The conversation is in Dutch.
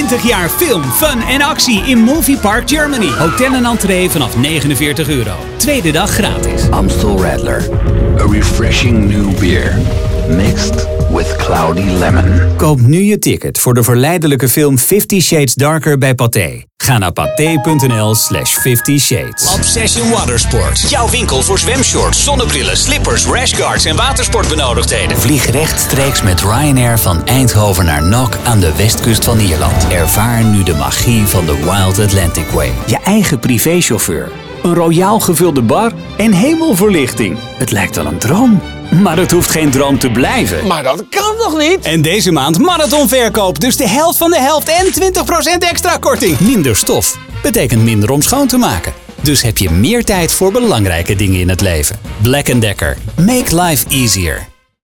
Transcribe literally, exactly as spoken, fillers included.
twintig jaar film, fun en actie in Movie Park Germany. Hotel en entree vanaf negenenveertig euro. Tweede dag gratis. Amstel Radler. A refreshing new beer. Mixed with cloudy lemon. Koop nu je ticket voor de verleidelijke film Fifty Shades Darker bij Pathé. Ga naar pathé.nl slash fifty shades. Obsession Watersport. Jouw winkel voor zwemshorts, zonnebrillen, slippers, rashguards en watersportbenodigdheden. Vlieg rechtstreeks met Ryanair van Eindhoven naar Knock aan de westkust van Ierland. Ervaar nu de magie van de Wild Atlantic Way. Je eigen privéchauffeur, een royaal gevulde bar en hemelverlichting. Het lijkt wel een droom. Maar het hoeft geen droom te blijven. Maar dat kan toch niet? En deze maand marathonverkoop. Dus de helft van de helft en twintig procent extra korting. Minder stof betekent minder om schoon te maken. Dus heb je meer tijd voor belangrijke dingen in het leven. Black and Decker. Make life easier.